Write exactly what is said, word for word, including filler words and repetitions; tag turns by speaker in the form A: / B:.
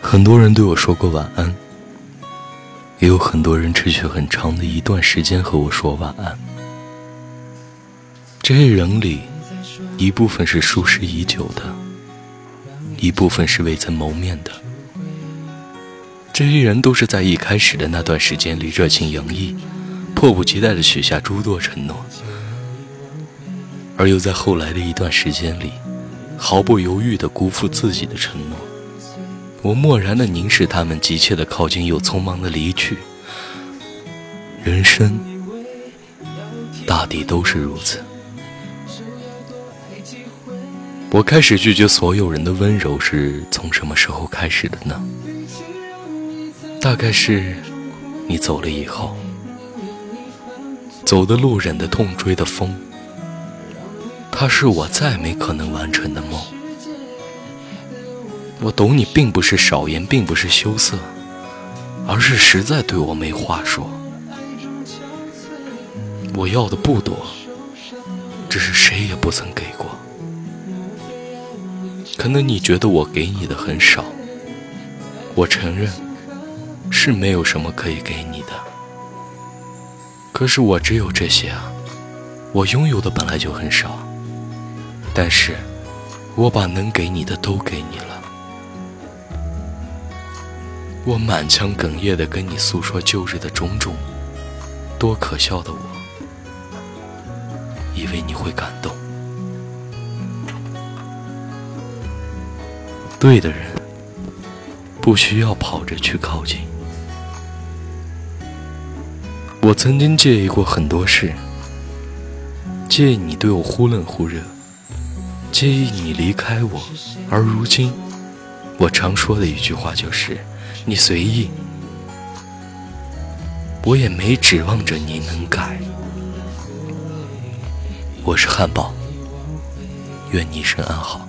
A: 很多人对我说过晚安，也有很多人持续很长的一段时间和我说晚安。这些人里，一部分是熟识已久的，一部分是未曾谋面的。这些人都是在一开始的那段时间里热情洋溢，迫不及待地许下诸多承诺，而又在后来的一段时间里毫不犹豫地辜负自己的承诺。我漠然地凝视他们急切地靠近又匆忙地离去。人生大抵都是如此。我开始拒绝所有人的温柔是从什么时候开始的呢？大概是你走了以后，走的路，忍的痛，追的风，它是我再没可能完成的梦。我懂你并不是少言，并不是羞涩，而是实在对我没话说。我要的不多，只是谁也不曾给过。可能你觉得我给你的很少，我承认是没有什么可以给你的。可是我只有这些啊，我拥有的本来就很少，但是我把能给你的都给你了。我满腔哽咽地跟你诉说旧日的种种，多可笑的我，以为你会感动。对的人不需要跑着去靠近。我曾经介意过很多事，介意你对我忽冷忽热，介意你离开我，而如今我常说的一句话就是你随意，我也没指望着你能改。我是汉堡，愿你一生安好。